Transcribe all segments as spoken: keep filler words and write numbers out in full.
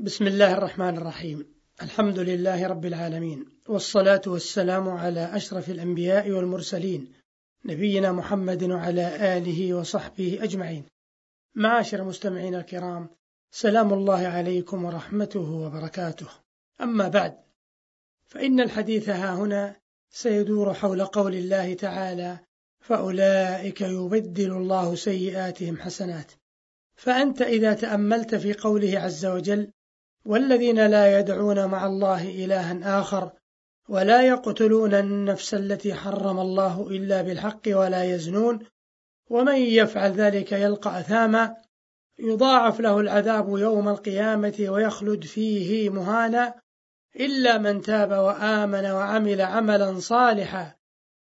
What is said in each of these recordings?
بسم الله الرحمن الرحيم. الحمد لله رب العالمين، والصلاة والسلام على أشرف الأنبياء والمرسلين نبينا محمد وعلى آله وصحبه أجمعين. معاشر مستمعين الكرام، سلام الله عليكم ورحمته وبركاته. أما بعد، فإن الحديث ها هنا سيدور حول قول الله تعالى: فأولئك يبدل الله سيئاتهم حسنات. فأنت إذا تأملت في قوله عز وجل: والذين لا يدعون مع الله إلها آخر ولا يقتلون النفس التي حرم الله إلا بالحق ولا يزنون ومن يفعل ذلك يلقى أثاما يضاعف له العذاب يوم القيامة ويخلد فيه مهانا إلا من تاب وآمن وعمل عملا صالحا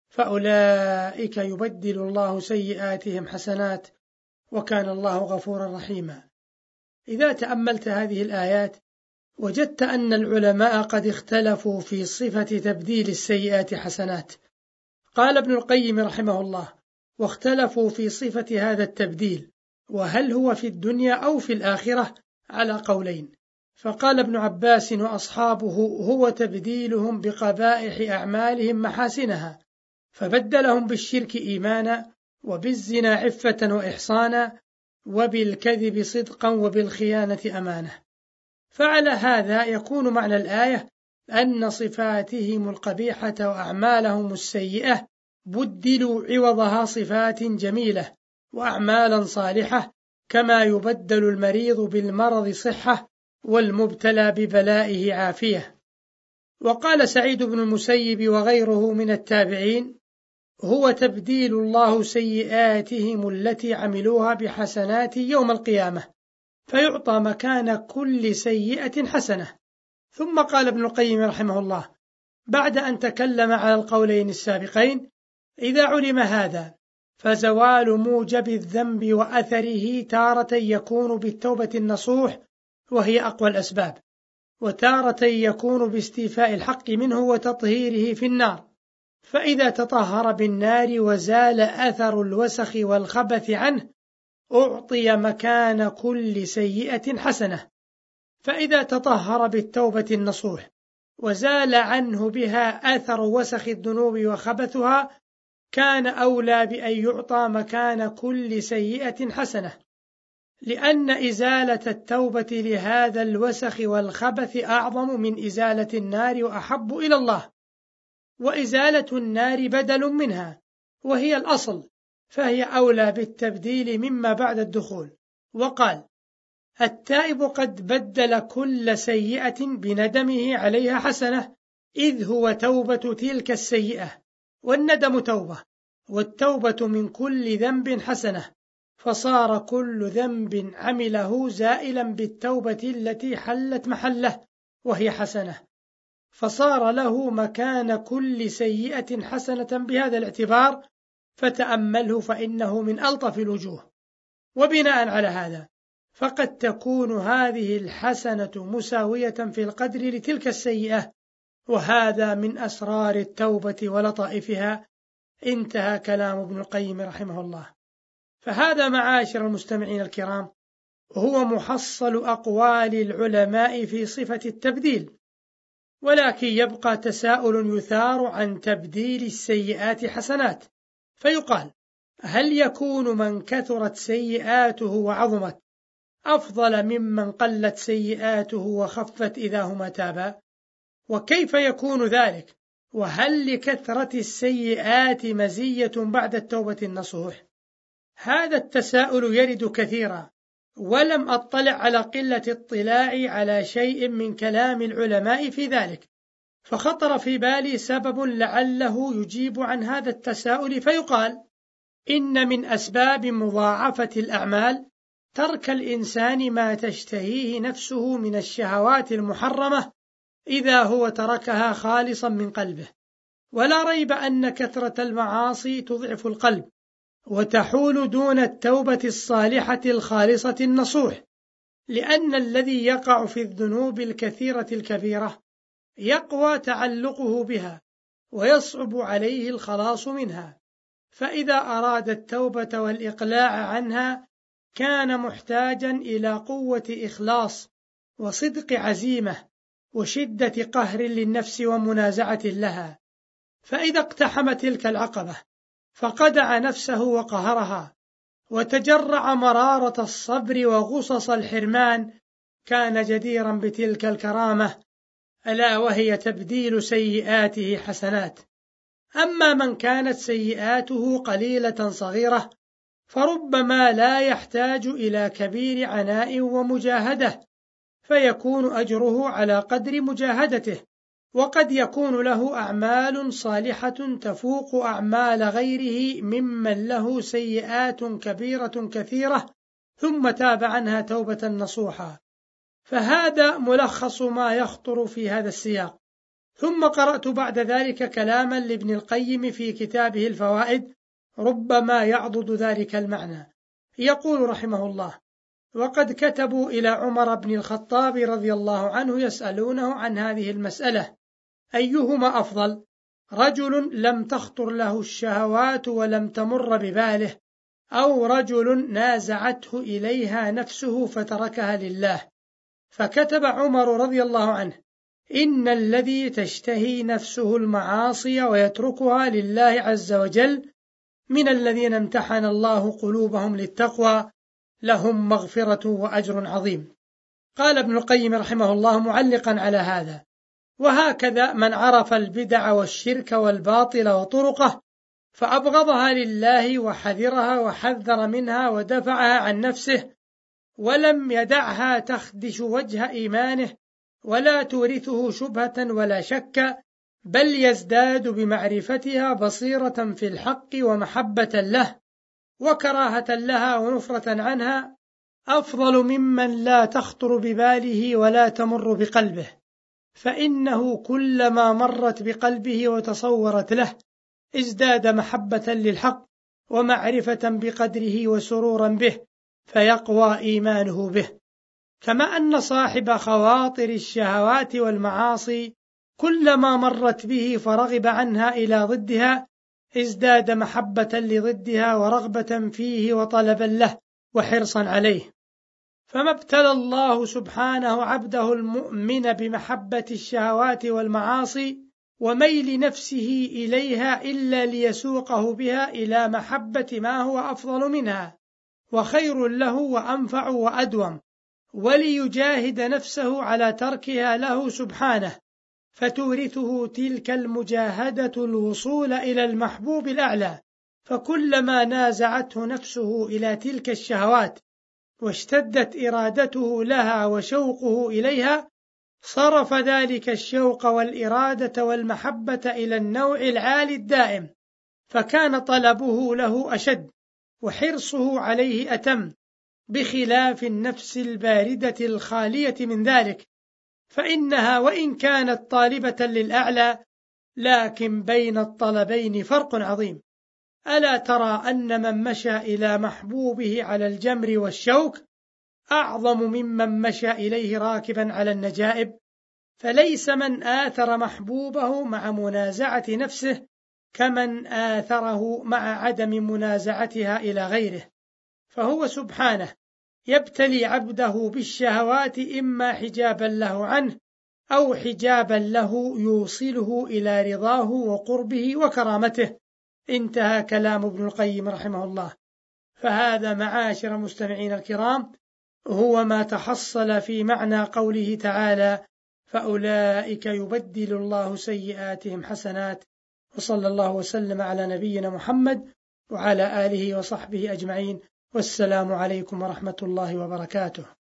فأولئك يبدل الله سيئاتهم حسنات وكان الله غفورا رحيما. إذا تأملت هذه الآيات وجدت أن العلماء قد اختلفوا في صفة تبديل السيئات حسنات. قال ابن القيم رحمه الله: واختلفوا في صفة هذا التبديل، وهل هو في الدنيا أو في الآخرة، على قولين. فقال ابن عباس وأصحابه: هو تبديلهم بقبائح أعمالهم محاسنها، فبدلهم بالشرك إيمانا، وبالزنا عفة وإحصانا، وبالكذب صدقا، وبالخيانة أمانة. فعلى هذا يكون معنى الآية أن صفاتهم القبيحة وأعمالهم السيئة بدلوا عوضها صفات جميلة وأعمالا صالحة، كما يبدل المريض بالمرض صحة والمبتلى ببلائه عافية. وقال سعيد بن المسيب وغيره من التابعين: هو تبديل الله سيئاتهم التي عملوها بحسنات يوم القيامة، فيعطى مكان كل سيئة حسنة. ثم قال ابن القيم رحمه الله بعد أن تكلم على القولين السابقين: إذا علم هذا فزوال موجب الذنب وأثره تارة يكون بالتوبة النصوح وهي أقوى الأسباب، وتارة يكون باستيفاء الحق منه وتطهيره في النار. فإذا تطهر بالنار وزال أثر الوسخ والخبث عنه أعطي مكان كل سيئة حسنة. فإذا تطهر بالتوبة النصوح وزال عنه بها أثر وسخ الذنوب وخبثها كان أولى بأن يعطى مكان كل سيئة حسنة، لأن إزالة التوبة لهذا الوسخ والخبث أعظم من إزالة النار وأحب إلى الله، وإزالة النار بدل منها وهي الأصل، فهي أولى بالتبديل مما بعد الدخول. وقال: التائب قد بدل كل سيئة بندمه عليها حسنة، إذ هو توبة تلك السيئة، والندم توبة، والتوبة من كل ذنب حسنة، فصار كل ذنب عمله زائلا بالتوبة التي حلت محله وهي حسنة، فصار له مكان كل سيئة حسنة بهذا الاعتبار، فتأمله فإنه من ألطف الوجوه. وبناء على هذا فقد تكون هذه الحسنة مساوية في القدر لتلك السيئة، وهذا من أسرار التوبة ولطائفها. انتهى كلام ابن القيم رحمه الله. فهذا معاشر المستمعين الكرام هو محصل أقوال العلماء في صفة التبديل، ولكن يبقى تساؤل يثار عن تبديل السيئات حسنات، فيقال: هل يكون من كثرت سيئاته وعظمت أفضل ممن قلت سيئاته وخفت إذا هما تابا؟ وكيف يكون ذلك؟ وهل لكثرة السيئات مزية بعد التوبة النصوح؟ هذا التساؤل يرد كثيرا، ولم أطلع على قلة اطلاعي على شيء من كلام العلماء في ذلك، فخطر في بالي سبب لعله يجيب عن هذا التساؤل، فيقال: إن من أسباب مضاعفة الأعمال ترك الإنسان ما تشتهيه نفسه من الشهوات المحرمة إذا هو تركها خالصا من قلبه. ولا ريب أن كثرة المعاصي تضعف القلب وتحول دون التوبة الصالحة الخالصة النصوح، لأن الذي يقع في الذنوب الكثيرة الكبيرة يقوى تعلقه بها ويصعب عليه الخلاص منها، فإذا أراد التوبة والإقلاع عنها كان محتاجا إلى قوة إخلاص وصدق عزيمة وشدة قهر للنفس ومنازعة لها، فإذا اقتحم تلك العقبة فقدع نفسه وقهرها وتجرع مرارة الصبر وغصص الحرمان كان جديرا بتلك الكرامة، ألا وهي تبديل سيئاته حسنات. أما من كانت سيئاته قليلة صغيرة فربما لا يحتاج إلى كبير عناء ومجاهدة، فيكون أجره على قدر مجاهدته، وقد يكون له أعمال صالحة تفوق أعمال غيره ممن له سيئات كبيرة كثيرة ثم تاب عنها توبة نصوحا. فهذا ملخص ما يخطر في هذا السياق. ثم قرأت بعد ذلك كلاما لابن القيم في كتابه الفوائد ربما يعضد ذلك المعنى، يقول رحمه الله: وقد كتبوا إلى عمر بن الخطاب رضي الله عنه يسألونه عن هذه المسألة: أيهما أفضل، رجل لم تخطر له الشهوات ولم تمر بباله، أو رجل نازعته إليها نفسه فتركها لله؟ فكتب عمر رضي الله عنه: إن الذي تشتهي نفسه المعاصي ويتركها لله عز وجل من الذين امتحن الله قلوبهم للتقوى لهم مغفرة وأجر عظيم. قال ابن القيم رحمه الله معلقا على هذا: وهكذا من عرف البدع والشرك والباطل وطرقه فأبغضها لله وحذرها وحذر منها ودفعها عن نفسه، ولم يدعها تخدش وجه إيمانه ولا تورثه شبهة ولا شك، بل يزداد بمعرفتها بصيرة في الحق ومحبة له وكراهة لها ونفرة عنها، أفضل ممن لا تخطر بباله ولا تمر بقلبه، فإنه كلما مرت بقلبه وتصورت له ازداد محبة للحق ومعرفة بقدره وسرورا به، فيقوى إيمانه به. كما أن صاحب خواطر الشهوات والمعاصي كلما مرت به فرغب عنها إلى ضدها ازداد محبة لضدها ورغبة فيه وطلبا له وحرصا عليه. فما ابتلى الله سبحانه عبده المؤمن بمحبة الشهوات والمعاصي وميل نفسه إليها إلا ليسوقه بها إلى محبة ما هو أفضل منها وخير له وأنفع وأدوم، وليجاهد نفسه على تركها له سبحانه، فتورثه تلك المجاهدة الوصول إلى المحبوب الأعلى. فكلما نازعته نفسه إلى تلك الشهوات واشتدت إرادته لها وشوقه إليها صرف ذلك الشوق والإرادة والمحبة إلى النوع العالي الدائم، فكان طلبه له أشد وحرصه عليه أتم، بخلاف النفس الباردة الخالية من ذلك، فإنها وإن كانت طالبة للأعلى لكن بين الطلبين فرق عظيم. ألا ترى أن من مشى إلى محبوبه على الجمر والشوك أعظم ممن مشى إليه راكبا على النجائب؟ فليس من آثر محبوبه مع منازعة نفسه كمن آثره مع عدم منازعتها إلى غيره، فهو سبحانه يبتلي عبده بالشهوات إما حجابا له عنه أو حجابا له يوصله إلى رضاه وقربه وكرامته. انتهى كلام ابن القيم رحمه الله. فهذا معاشر مستمعين الكرام هو ما تحصل في معنى قوله تعالى: فأولئك يبدل الله سيئاتهم حسنات. وصلى الله وسلم على نبينا محمد وعلى آله وصحبه أجمعين، والسلام عليكم ورحمة الله وبركاته.